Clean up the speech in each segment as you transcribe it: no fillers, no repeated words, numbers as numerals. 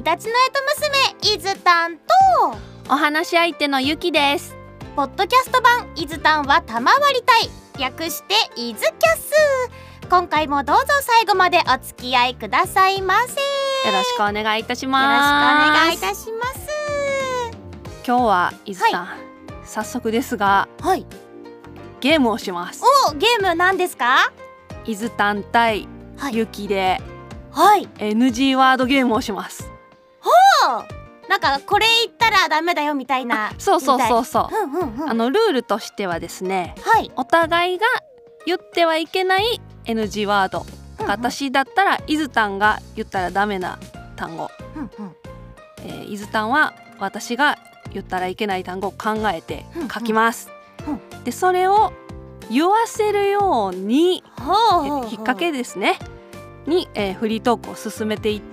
イタチのエト娘イズタンとお話し相手のゆきです。 ポッドキャスト版イズタンは賜りたい、略してイズキャス。今回もどうぞ最後までお付き合いくださいませ。 よろしくお願いいたしよろしくおます。 願いいたします。 今日は伊豆さん、早速ですがはい、 ゲームをします。 ゲームなんですか？ 伊豆単対ゆきで、NG ワードゲームをします。 なんかこれ言ったらダメだよみたいな。 そう、ルールとしてはですね、お互いが言ってはいけない NG ワード、私だったら伊豆単が言ったらダメな単語、伊豆単は私が言ったらいけない単語を考えて書きます。でそれを言わせるように、引っ掛けですねに、フリートークを進めていって、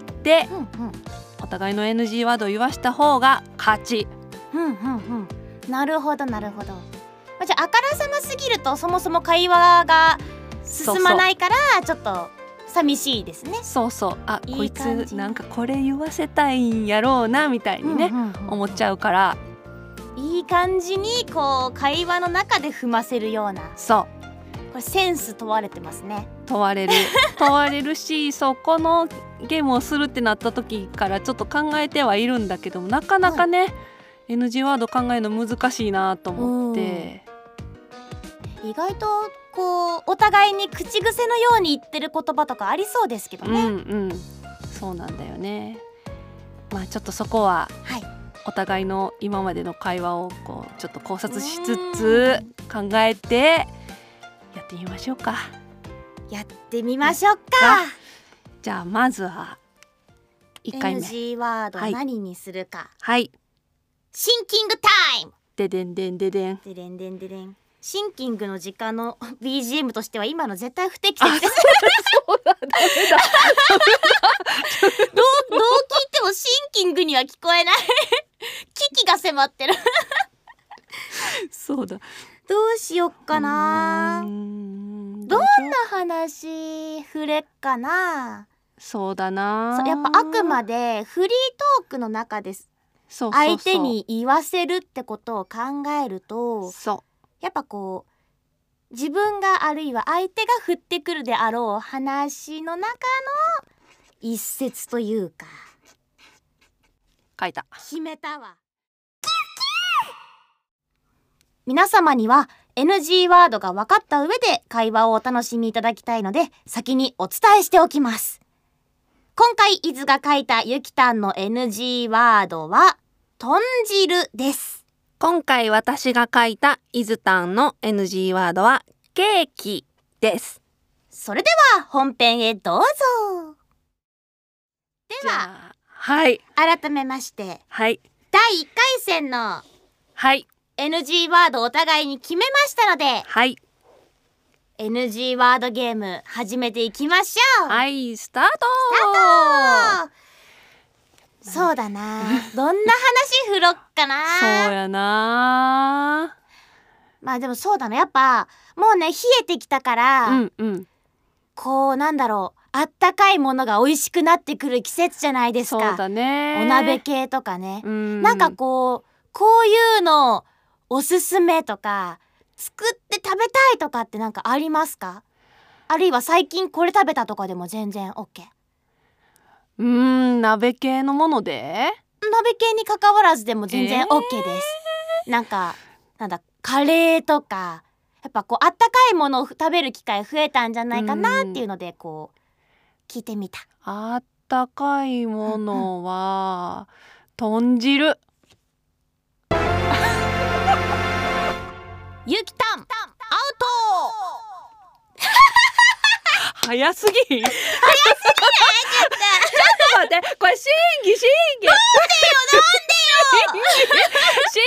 お互いの NG ワードを言わした方が勝ち。 なるほどなるほど。じゃああからさますぎるとそもそも会話が進まないからちょっと寂しいですね。 あ、 いいこい感じつなんかこれ言わせたいんやろうなみたいにね、思っちゃうから、 いい感じにこう会話の中で踏ませるような。これセンス問われてますね。 問われるし、このゲームをするってなった時からちょっと考えてはいるんだけども、なかなかね、NG ワード考えるの難しいなと思って、 意外とこうお互いに口癖のように言ってる言葉とかありそうですけどね。 そうなんだよね。まあちょっとそこは、お互いの今までの会話をこうちょっと考察しつつ考えてやってみましょうか。じゃあまずは1回目 NG ワード何にするか。シンキングタイム。 ででんでんででんででんでんででん。シンキングの時間の BGM としては今の絶対不適切です。 そうだ、ダメだどう聞いてもシンキングには聞こえない。危機が迫ってる。 そうだ、 どうしよっかな。どんな話触れっかな。 そうだな。 やっぱあくまでフリートークの中です。相手に言わせるってことを考えると、やっぱこう自分があるいは相手が振ってくるであろう話の中の一節というか。 書いた。 決めたわ。皆様には NG ワードが分かった上で会話をお楽しみいただきたいので先にお伝えしておきます。今回伊豆が書いたゆきたんの NG ワードは豚汁です。 今回私が書いた伊豆たんの NG ワードはケーキです。 それでは本編へどうぞ。では改めまして、第1回戦の NG ワードをお互いに決めましたので、NG ワードゲーム始めていきましょう。 スタート。 そうだな。どんな話振ろっかな。 そうやな。 まあでもそうだな、やっぱもうね冷えてきたから、こうなんだろう、あったかいものが美味しくなってくる季節じゃないですか。 そうだね。 お鍋系とかね。なんかこういうのおすすめとか作って食べたいとかってなんかありますか？あるいは最近これ食べたとかでも全然 OK。 鍋系のもので？ 鍋系に関わらずでも全然 OK です。なんだカレーとか、やっぱこうあったかいものを食べる機会増えたんじゃないかなっていうのでこう聞いてみた。 あったかいものは豚汁。 ゆきたんアウト。 早すぎ。ちょっと待って、これ審議。なんでよ。審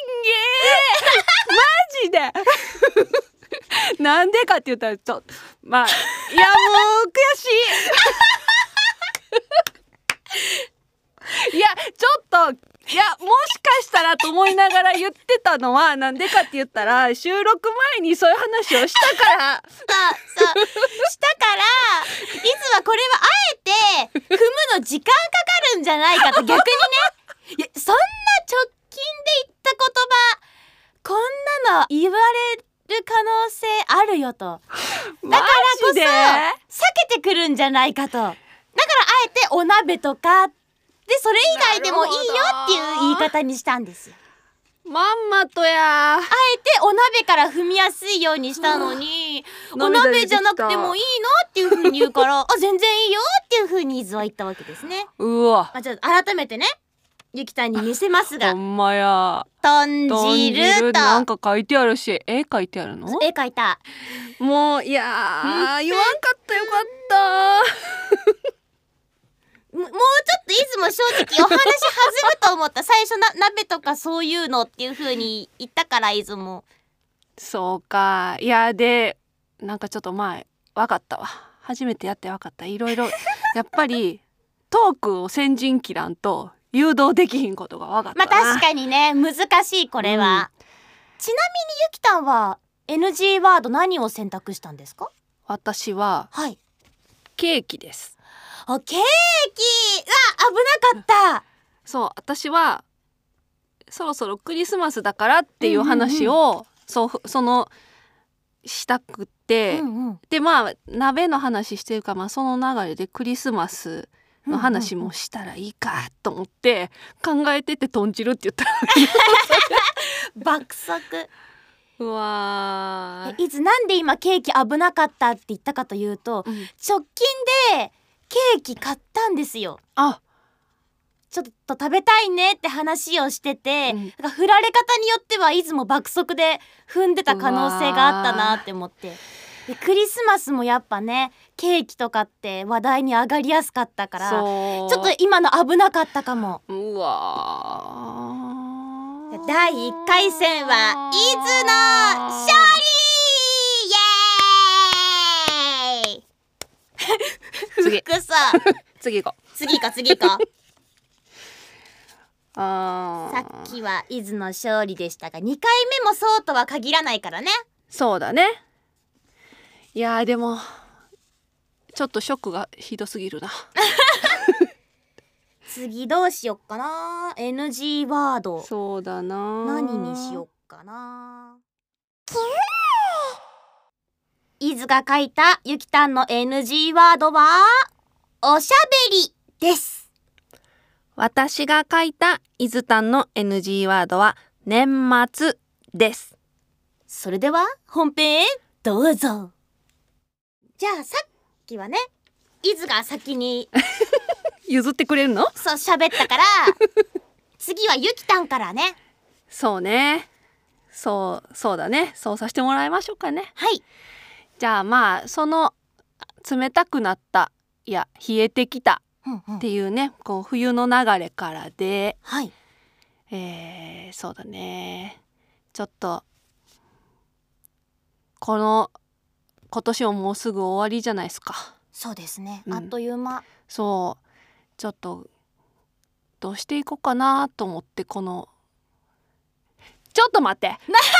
議。マジで。なんでかって言ったらいやもう悔しい。いやちょっといやもしかしたらと思いながら言ってたのはなんでかって言ったら収録前にそういう話をしたからしたからいつはこれはあえて踏むの時間かかるんじゃないかと逆にねいやそんな直近で言った言葉こんなの言われる可能性あるよとだからこそ避けてくるんじゃないかとだからあえてお鍋とかでそれ以外でもいいよっていう言い方にしたんですよ。 まんまとやあえてお鍋から踏みやすいようにしたのにお鍋じゃなくてもいいのっていう風に言うから全然いいよっていう風に伊豆は言ったわけですね。 うわ、 ちょっと改めてねゆきたんに見せますがほんまや豚汁となんか書いてあるし絵書いてあるの？ 絵描いた。 もういや言わんかったよかったもうちょっといつも正直お話弾むと思った最初鍋とかそういうのっていう風に言ったからいつもそうか。いやでなんかちょっと前分かったわ。初めてやって分かった。いろいろやっぱりトークを先陣切らんと誘導できひんことが分かったな。 確かにね難しいこれは、ちなみにゆきたんは NG ワード何を選択したんですか？ 私は、ケーキです。 ケーキ危なかった。 そう私はそろそろクリスマスだからっていう話を、そのしたくって、で鍋の話してるから、その流れでクリスマスの話もしたらいいかと思って考えてて豚汁って言った爆速。 うわいつなんで今ケーキ危なかったって言ったかというと、直近でケーキ買ったんですよ。ちょっと食べたいねって話をしてて、だから振られ方によってはいつも爆速で踏んでた可能性があったなって思って。でクリスマスもやっぱねケーキとかって話題に上がりやすかったからちょっと今の危なかったかも。 うわ第1回戦は伊豆の勝利イエーイ次服さ次行こう次かさっきは伊豆の勝利でしたが2回目もそうとは限らないからね。 そうだね。いやでもちょっとショックがひどすぎるな次どうしよっかな。 NG ワードそうだな何にしよっかな。伊豆が書いたゆきたんの NG ワードはおしゃべりです。 私が書いた伊豆たんの NG ワードは年末です。 それでは本編へどうぞ。じゃあさっきはね伊豆が先に譲ってくれるの？ そう喋ったから次はゆきたんからね。 そうねそうだね。そうさせてもらいましょうかね。 はい。 じゃあその冷たくなったいや冷えてきたっていうね、こう冬の流れからで、そうだねちょっと今年ももうすぐ終わりじゃないですか。 そうですね、あっという間。 そうちょっとどうしていこうかなと思ってちょっと待って何難し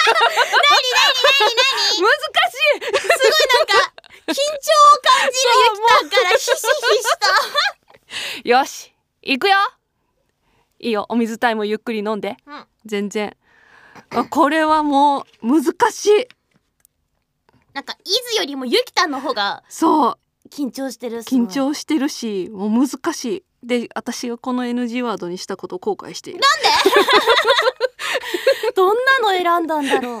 いすごいなんか緊張を感じるゆきたんからひしひしとよし行くよ。いいよお水タイムゆっくり飲んで、全然これはもう難しい。 なんか伊豆よりもゆきたんの方がそう緊張してるしもう難しい。で私がこの NG ワードにしたことを後悔している。 なんでどんなの選んだんだろう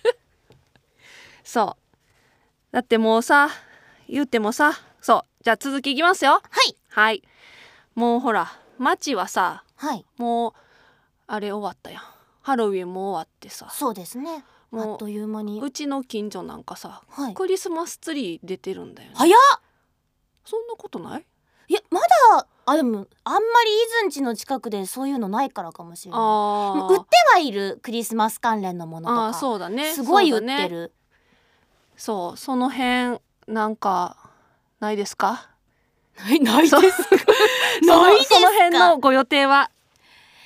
そうだってもうさ言ってもさそうじゃあ続きいきますよ。はいもうほら街はさ、もうあれ終わったやん。ハロウィンも終わってさ。 そうですねあっという間に。 うちの近所なんかさ、クリスマスツリー出てるんだよね。 早っ。 そんなことない？ いやまだでもあんまり伊豆んちの近くでそういうのないからかもしれない。売ってはいるクリスマス関連のものとか。 そうだねすごい売ってる。 そうその辺なんかないですか？ ないですか？ その辺のご予定は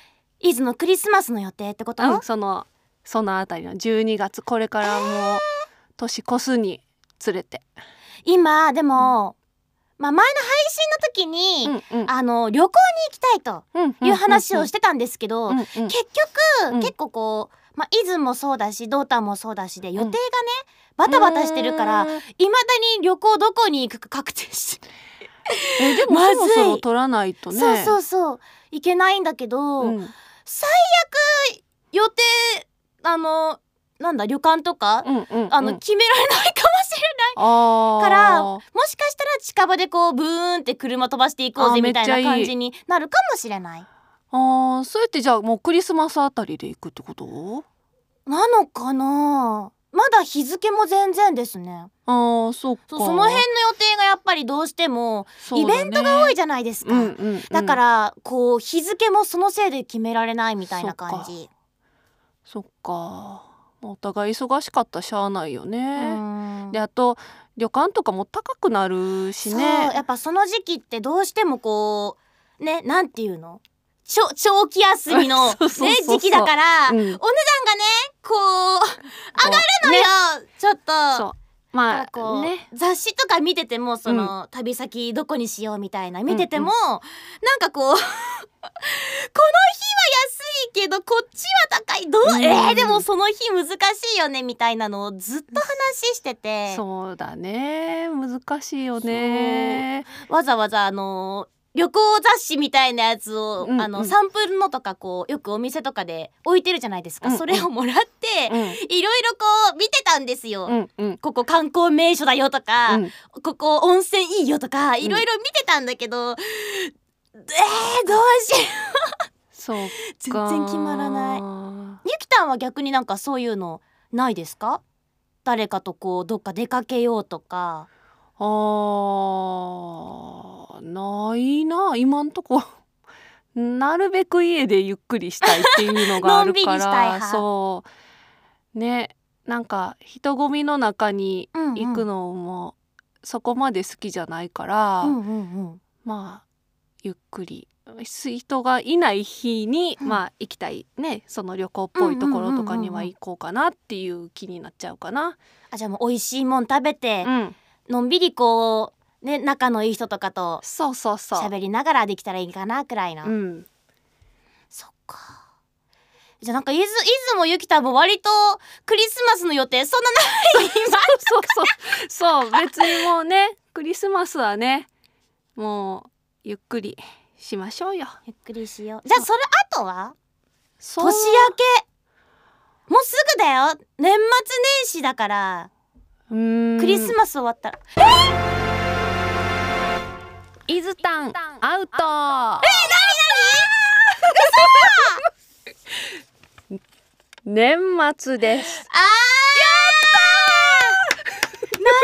伊豆のクリスマスの予定ってこと？ そのあたりの12月、これからもう年越すにつれて、 今でも、前の配信の時に、旅行に行きたいという話をしてたんですけど、結局、結構こう、出雲もそうだし道丹もそうだしで予定がね、バタバタしてるから、いまだに旅行どこに行くか確定してでもそろそろ取らないとね。 そう行けないんだけど、最悪予定なんだ旅館とか、決められないかもしれないからもしかしたら近場でこうブーンって車飛ばしていこうぜみたいな感じになるかもしれない。 そうやってじゃあもうクリスマスあたりで行くってことなのかな。まだ日付も全然ですね。 そうか。 その辺の予定がやっぱりどうしてもイベントが多いじゃないですか。だからこう日付もそのせいで決められないみたいな感じ。 そっか。お互い忙しかったらしゃあないよね。であと旅館とかも高くなるしね。 やっぱその時期ってどうしてもこうね、なんていうの、長期休みの時期だから、お値段がねこう上がるのよ、ちょっと。雑誌とか見ててもその、旅先どこにしようみたいな見てても、なんかこうこの日は安いけどこっちは高い、でもその日難しいよねみたいなのをずっと話してて。 そうだね、難しいよね。 わざわざ旅行雑誌みたいなやつを、サンプルのとかこうよくお店とかで置いてるじゃないですか。それをもらって、いろいろこう見てたんですよ。ここ観光名所だよとか、ここ温泉いいよとかいろいろ見てたんだけど、どうしようそうか、 全然決まらない。ゆきたんは逆になんかそういうのないですか？誰かとこうどっか出かけようとか。 ないな、今んとこなるべく家でゆっくりしたいっていうのがあるからそうね、なんか人混みの中に行くのもそこまで好きじゃないから、まあゆっくり人がいない日に、行きたいね、その旅行っぽいところとかには行こうかなっていう気になっちゃうかな。 じゃあもう美味しいもん食べて、のんびりこうね、仲のいい人とかと喋りながらできたらいいかなくらいの。そっか。じゃあなんか伊豆もゆきたも割とクリスマスの予定そんなないそう別にもうね、クリスマスはねもうゆっくりしましょうよ。 ゆっくりしよう。じゃあそれあとは年明けもうすぐだよ。年末年始だからクリスマス終わったら伊豆タンアウト。年末です。 やったー。な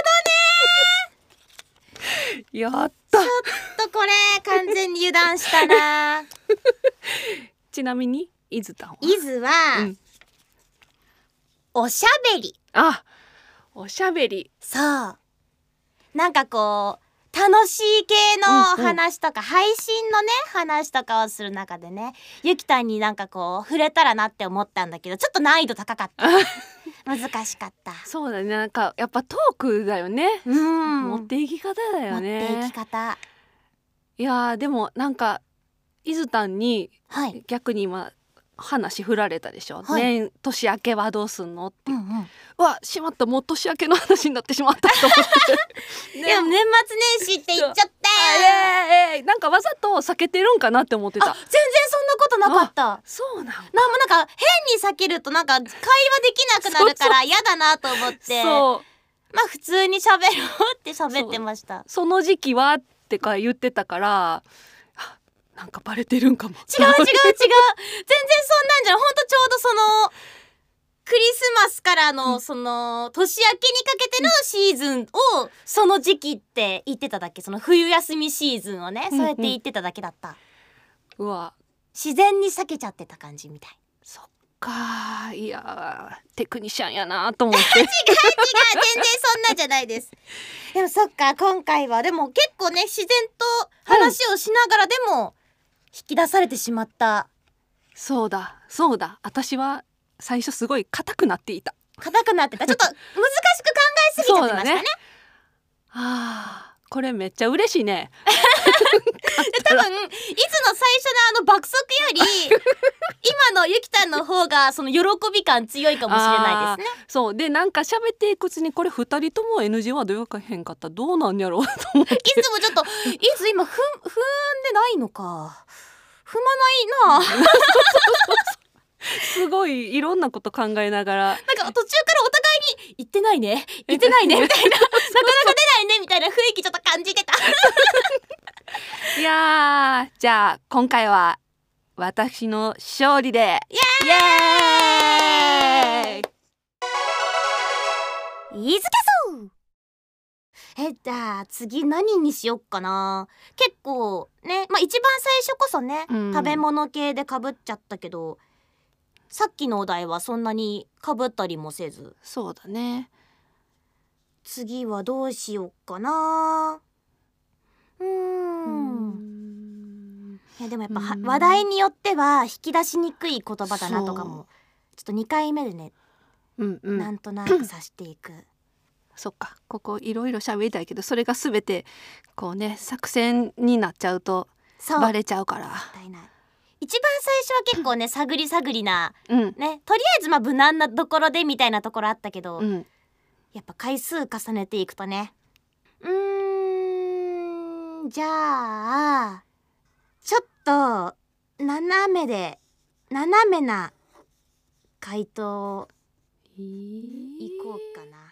るほどね。 やった。 ちょっとこれ完全に油断したなちなみに伊豆タンは？ 伊豆は、おしゃべり。 おしゃべり。 そうなんかこう楽しい系の話とか、配信のね話とかをする中でね、ゆきたんになんかこう触れたらなって思ったんだけど、ちょっと難易度高かった難しかった。 そうだね、なんかやっぱトークだよね。持っていき方だよね。 持っていき方。 いやでもなんか伊豆たんに逆に今話振られたでしょ、年明けはどうすんのって、わしまった、もう年明けの話になってしまったと思ってでも年末年始って言っちゃってなんかわざと避けてるんかなって思ってた。 全然そんなことなかった。 そうなん。 なんか変に避けるとなんか会話できなくなるから嫌だなと思って普通に喋ろうって喋ってました。 その時期はってか言ってたからなんかバレてるんかも。違う全然そんなんじゃない。ほんとちょうどそのクリスマスからのその年明けにかけてのシーズンをその時期って言ってただけ、その冬休みシーズンをね、そうやって言ってただけだった。 うわ、 自然に避けちゃってた感じみたい。 そっか、いやテクニシャンやなと思って違う全然そんなんじゃないです。でもそっか、今回はでも結構ね自然と話をしながらでも引き出されてしまったそうだそうだ、私は最初すごい硬くなっていた。 硬くなってた。ちょっと難しく考えすぎちゃってましたね。 これめっちゃ嬉しいね。 多分いつの最初の爆速より今のゆきたんの方がその喜び感強いかもしれないですね。 そうで、なんか喋っていくうちにこれ2人とも NG ワード言わかへんかったらどうなんやろうと思って、 いつもちょっといつ今踏んでないのか、踏まないなすごいいろんなこと考えながら、 なんか途中からお互いに言ってないね言ってないねみたいななかなか出ないねみたいな雰囲気ちょっと感じてたいやじゃあ今回は私の勝利でイエーイ飯塚そうじゃあ次何にしよっかな。結構ね、まあ一番最初こそね、食べ物系でかぶっちゃったけど、さっきのお題はそんなにかぶったりもせず。 そうだね。 次はどうしよっかな。でもやっぱ話題によっては引き出しにくい言葉だなとかもちょっと2回目でね、なんとなくさしていくそっか、ここいろいろ喋りたいけど、それが全てこうね作戦になっちゃうとバレちゃうから。 一番最初は結構ね探り探りな、ね、とりあえず無難なところでみたいなところあったけど、やっぱ回数重ねていくとね、じゃあちょっと斜めな回答いこうかな。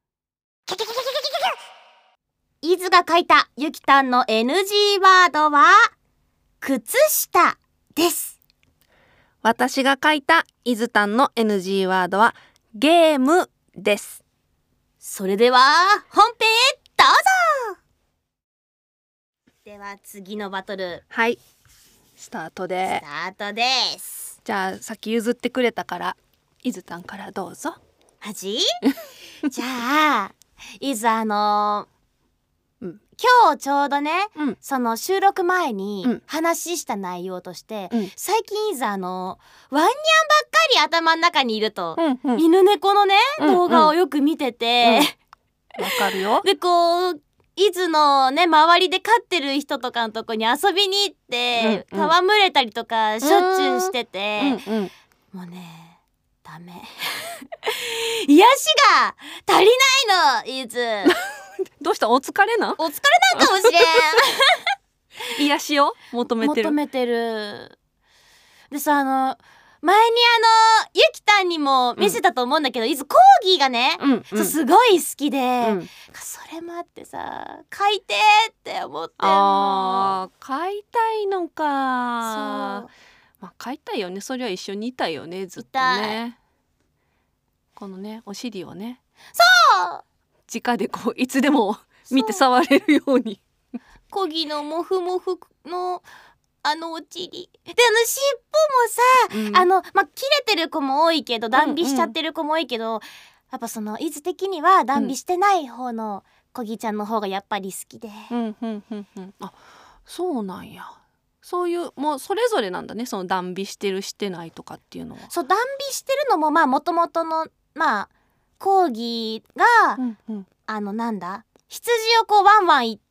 伊豆が書いたゆきたんの NG ワードは靴下です。 私が書いた伊豆たんの NG ワードはゲームです。 それでは本編へどうぞ。では次のバトル、 はいスタートです。 じゃあさっき譲ってくれたから伊豆たんからどうぞ。 マジじゃあ伊豆今日ちょうどね、その収録前に話した内容として、最近伊豆ワンニャンばっかり頭の中にいると、犬猫のね、動画をよく見てて、 わかるよ。 でこう伊豆のね周りで飼ってる人とかのとこに遊びに行って戯れたりとかしょっちゅうしてて、もうねダメ癒しが足りないの伊豆どうした、お疲れな？ お疲れなんかもしれん癒しを求めてる。 でさ、前にゆきたんにも見せたと思うんだけど、伊豆コーギーがね、すごい好きで、それもあってさ飼いてーって思ってんの。 飼いたいのか。飼いたいよね。それは一緒にいたいよね、ずっとね。このねお尻をね、 そう直でこういつでも見て触れるようにコギのモフモフのお尻で尻尾もさ、切れてる子も多いけど断尾しちゃってる子も多いけど、やっぱその伊豆的には断尾してない方のコギちゃんの方がやっぱり好きで、 あ、そうなんや。そういうもうそれぞれなんだね、その断尾してるしてないとかっていうのは。 そう、断尾してるのももともとのコーギーが、なんだ羊をこうワンワン行って、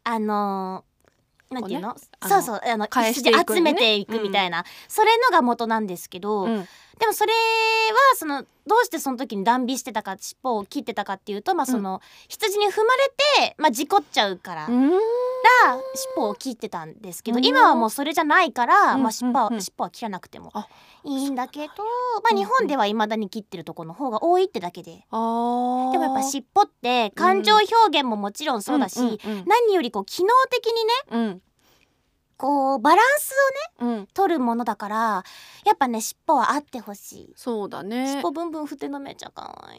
なんていうの、そうそう、羊集めていくみたいな、それのが元なんですけど、でもそれはどうしてその時に断尾してたか、尻尾を切ってたかっていうと、その羊に踏まれて、事故っちゃうから尻尾を切ってたんですけど、今はもうそれじゃないから、尻尾は切らなくてもいいんだけど、日本では未だに切ってるところの方が多いってだけで。でもやっぱ尻尾って感情表現ももちろんそうだし、何よりこう機能的にね、こうバランスをね、取るものだから、やっぱね尻尾はあってほしい。 そうだね。 尻尾ブンブン振ってんのめっちゃ可愛い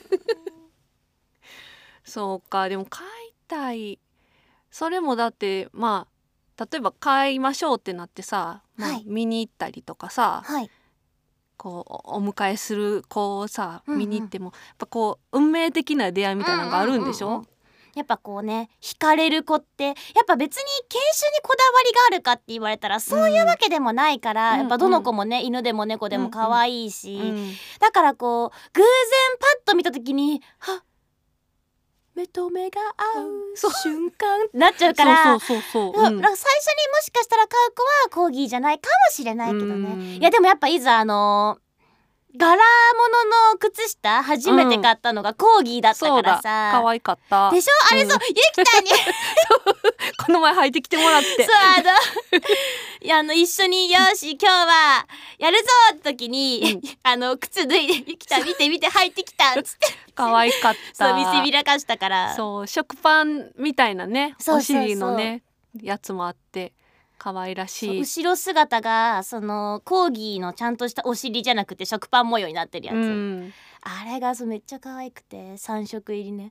そうか。でも飼いたい。それもだって例えば飼いましょうってなってさ、見に行ったりとかさ、こうお迎えする子をさ見に行っても、やっぱこう運命的な出会いみたいなのがあるんでしょ。 やっぱこうね惹かれる子ってやっぱ別に犬種にこだわりがあるかって言われたらそういうわけでもないから、やっぱどの子もね犬でも猫でも可愛いし、だからこう偶然パッと見た時にはっ目と目が合う瞬間ってなっちゃうから、最初にもしかしたら飼う子はコーギーじゃないかもしれないけどね。いやでもやっぱいざ柄物の靴下初めて買ったのがコーギーだったからさ、 可愛かったでしょあれ。そう、ゆきたんにこの前履いてきてもらって、 そう一緒によし今日はやるぞって時に、靴脱いでゆきたん見て履いてきたっつって可愛かった。 そう見せびらかしたから、 そう食パンみたいなねお尻のねやつもあって可愛らしい。 後ろ姿がそのコーギーのちゃんとしたお尻じゃなくて食パン模様になってるやつ、あれがめっちゃ可愛くて3色入りね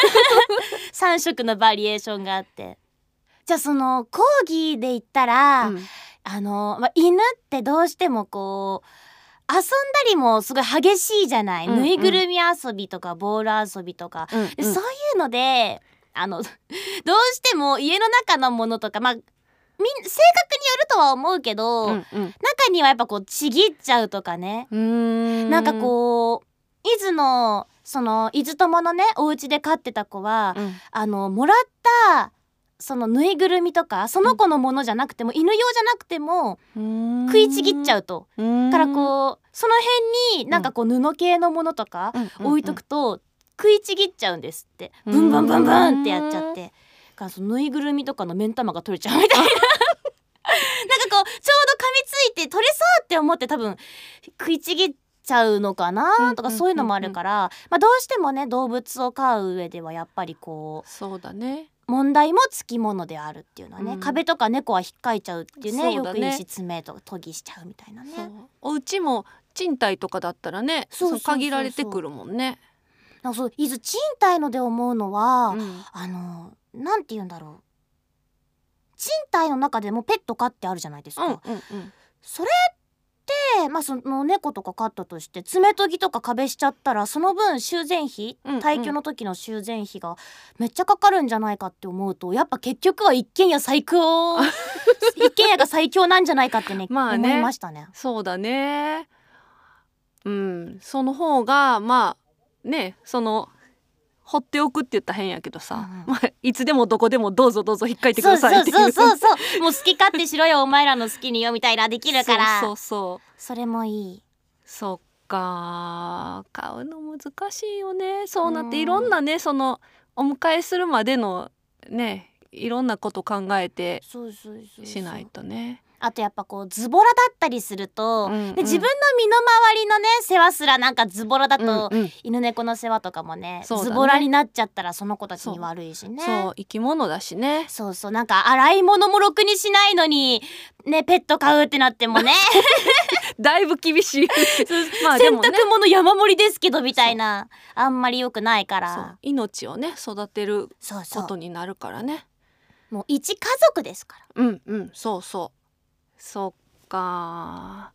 3色のバリエーションがあって、じゃあそのコーギーで言ったら、犬ってどうしてもこう遊んだりもすごい激しいじゃない、ぬいぐるみ遊びとかボール遊びとか、そういうのでどうしても家の中のものとか性格によるとは思うけど、中にはやっぱこうちぎっちゃうとかね、なんかこう伊豆のその伊豆友のねお家で飼ってた子は、もらったそのぬいぐるみとかその子のものじゃなくても、犬用じゃなくても食いちぎっちゃうと、からこうその辺になんかこう布系のものとか置いとくと食いちぎっちゃうんですって、ブンブンブンブンってやっちゃって、そのぬいぐるみとかの目ん玉が取れちゃうみたいななんかこうちょうど噛みついて取れそうって思って多分食いちぎっちゃうのかなとか、そういうのもあるから、どうしてもね動物を飼う上ではやっぱりこうそうだね問題もつきものであるっていうのはね、壁とか猫は引っかいちゃうっていうね、よく言うし爪とか研ぎしちゃうみたいなね。 お家も賃貸とかだったらね限られてくるもんね。 そう伊豆賃貸ので思うのは、なんて言うんだろう、賃貸の中でもペット飼ってあるじゃないですか、それってその猫とか飼ったとして爪研ぎとか壁しちゃったらその分修繕費、退去の時の修繕費がめっちゃかかるんじゃないかって思うと、やっぱ結局は一軒家最強一軒家が最強なんじゃないかってね思いましたね。 そうだね、その方がその放っておくって言ったら変やけどさ、いつでもどこでもどうぞどうぞ引っかいてくださいっていう、 そうもう好き勝手しろよお前らの好きによみたいなできるから、それもいい。 そっか、買うの難しいよね。そうなっていろんなねそのお迎えするまでのねいろんなこと考えてしないとね。 あとやっぱこうズボラだったりすると、で自分の身の回りのね世話すらなんかズボラだと、犬猫の世話とかもねズボラになっちゃったらその子たちに悪いしね。 そう生き物だしね。 なんか洗い物もろくにしないのにねペット飼うってなってもねだいぶ厳しい洗濯物山盛りですけどみたいな、あんまり良くないから。 命をね育てることになるからね。 もう一家族ですから。 そっか。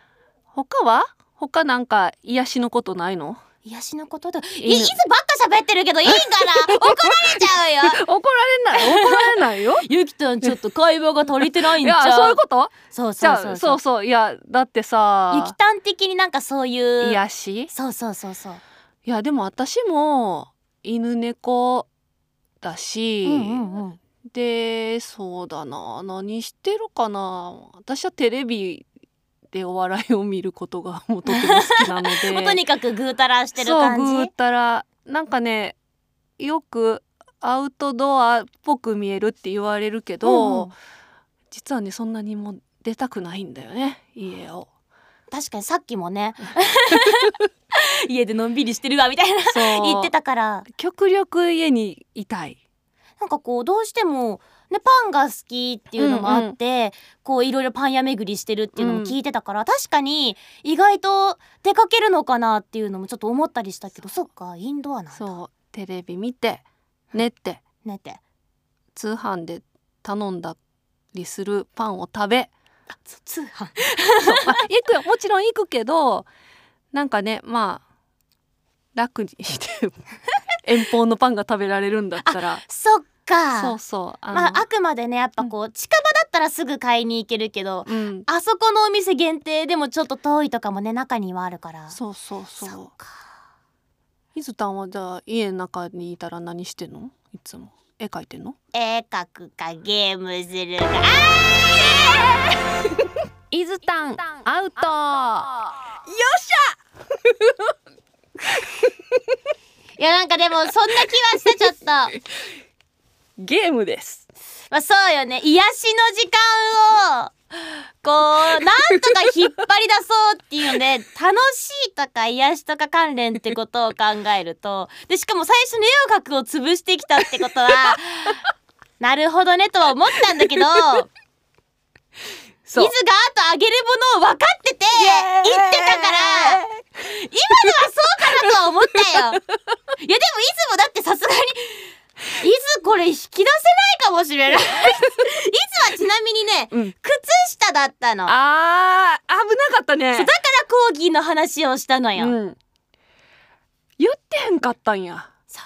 他なんか癒しのことないの？ 癒しのことでいつばっか喋ってるけどいいから怒られちゃうよ怒られないよゆきたんちょっと会話が足りてないんちゃう？ いやそういうこと？ そういやだってさゆきたん的になんかそういう癒し？そういやでも私も犬猫だし、でそうだな、何してるかな。私はテレビでお笑いを見ることがもうとても好きなのでもうとにかくぐうたらしてる感じ。 ぐうたらなんかね、よくアウトドアっぽく見えるって言われるけど、実はねそんなにも出たくないんだよね家を。 確かにさっきもね家でのんびりしてるわみたいな言ってたから、 極力家にいたい。 なんかこうどうしてもねパンが好きっていうのもあって、こういろいろパン屋巡りしてるっていうのも聞いてたから、確かに意外と出かけるのかなっていうのもちょっと思ったりしたけど、そっかインドアなんだ。 そうテレビ見て寝て通販で頼んだりするパンを食べ、 通販行くよ、もちろん行くけどなんかね楽にして遠方のパンが食べられるんだったら。 そっか。 そうそう。 あくまでねやっぱこう、近場だったらすぐ買いに行けるけど、あそこのお店限定でもちょっと遠いとかもね中にはあるから。 そうそうそう。 そっか。 いずたんはじゃあ家の中にいたら何してんの？いつも絵描いてんの？ 絵描くかゲームするか。 いずたんアウト。よっしゃいやなんかでもそんな気はしたちょっと。 ゲームです。 まあそうよね。癒しの時間をこうなんとか引っ張り出そうっていうので楽しいとか癒しとか関連ってことを考えると、でしかも最初の絵を描くを潰してきたってことはなるほどねとは思ったんだけど、伊豆があとあげるものを分かってて言ってたから、今のはそうかなとは思ったよ。いやでも伊豆もだってさすがに伊豆これ引き出せないかもしれない。伊豆はちなみにね、靴下だったの。 危なかったね。 だからコーギーの話をしたのよ、 言ってへんかったんや。 そう、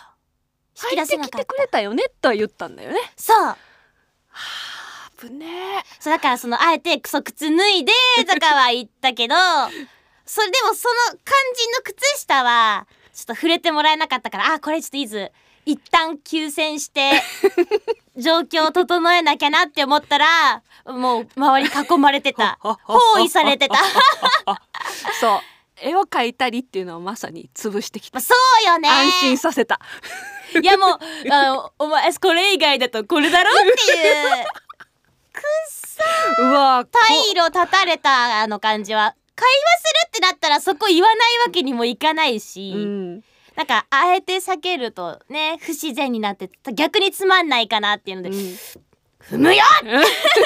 引き出せなかった。 入ってきてくれたよねとは言ったんだよね。 そう危ねえ。 そうだからあえて靴脱いでとかは言ったけどそれでもその肝心の靴下はちょっと触れてもらえなかったから、これちょっと伊豆一旦休戦して状況を整えなきゃなって思ったらもう周り囲まれてた包囲されてたそう、絵を描いたりっていうのはまさに潰してきた。 そうよね、 安心させた。 いやもうお前これ以外だとこれだろっていうくっそー。 うわ退路断たれた感じは会話するってなったらそこ言わないわけにもいかないし、なんかあえて避けるとね不自然になって逆につまんないかなっていうので、踏むよ悔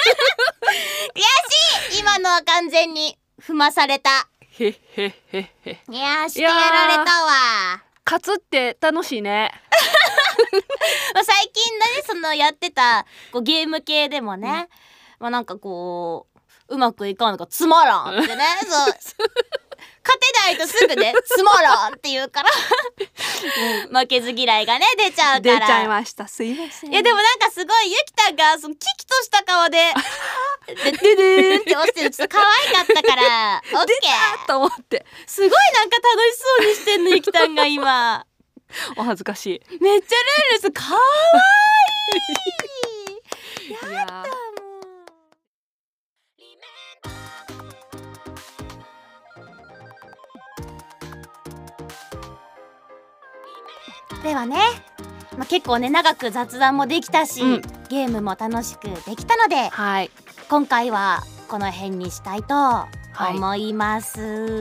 しい。今のは完全に踏まされた。 へへへへ。 いやしてやられたわ。 勝つって楽しいね。 最近だねやってたゲーム系でもね、なんかこううまくいかんのかつまらんってねそう勝てないとすぐねつまらんって言うから負けず嫌いがね出ちゃうから。 出ちゃいました、すいません。 いやでもなんかすごいゆきたんがキキとした顔ででででーんって押してるちょっと可愛かったからオッケーと思って、 すごいなんか楽しそうにしてんのゆきたんが今お恥ずかしい。 めっちゃルールス可愛いやだもん。ではね、結構ね長く雑談もできたし、ゲームも楽しくできたので、今回はこの辺にしたいと思います。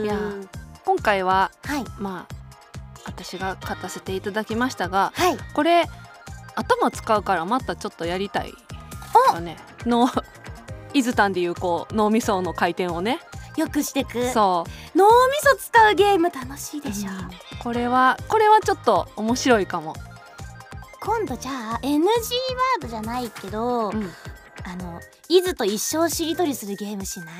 いや今回は、私が勝たせていただきましたが、これ頭使うからまたちょっとやりたいよね。伊豆たんでいう脳みその回転をねよくしてく。 そう脳みそ使うゲーム楽しいでしょ、 これはちょっと面白いかも。 今度じゃあ NG ワードじゃないけど、伊豆と一生しりとりするゲームしない？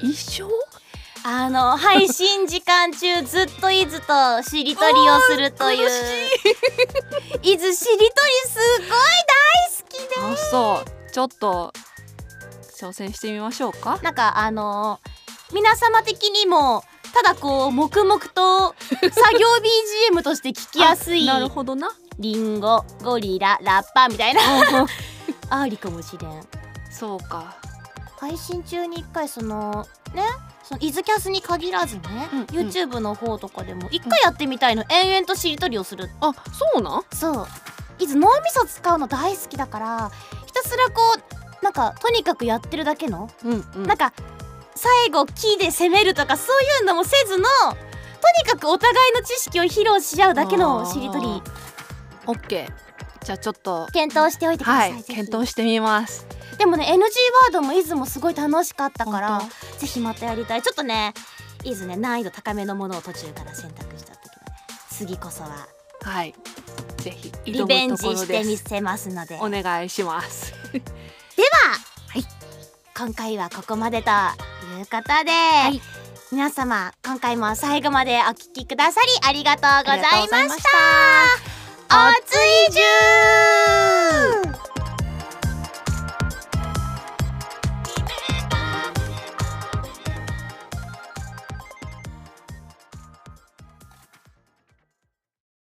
一生？ 配信時間中ずっと伊豆としりとりをするという伊豆しりとりすごい大好きで。 そうちょっと挑戦してみましょうか。 なんか皆様的にもただ黙々と作業 BGM として聞きやすいなるほどな。 リンゴ、ゴリラ、ラッパーみたいなありかもしれん。 そうか。 配信中に一回その伊豆キャスに限らずね、YouTube の方とかでも一回やってみたいの、延々としりとりをする。 そうなん？ そう伊豆脳みそ使うの大好きだからひたすらなんかとにかくやってるだけの、なんか最後木で攻めるとかそういうのもせずのとにかくお互いの知識を披露し合うだけのしりとり。 オッケー。じゃあちょっと検討しておいてください。 検討してみます。 でもね NG ワードも伊豆もすごい楽しかったからぜひまたやりたい。ちょっとね伊豆ね難易度高めのものを途中から選択した時はね次こそはぜひリベンジしてみせますのでお願いしますでは、今回はここまでということで、皆様今回も最後までお聞きくださりありがとうございました。 おついじゅー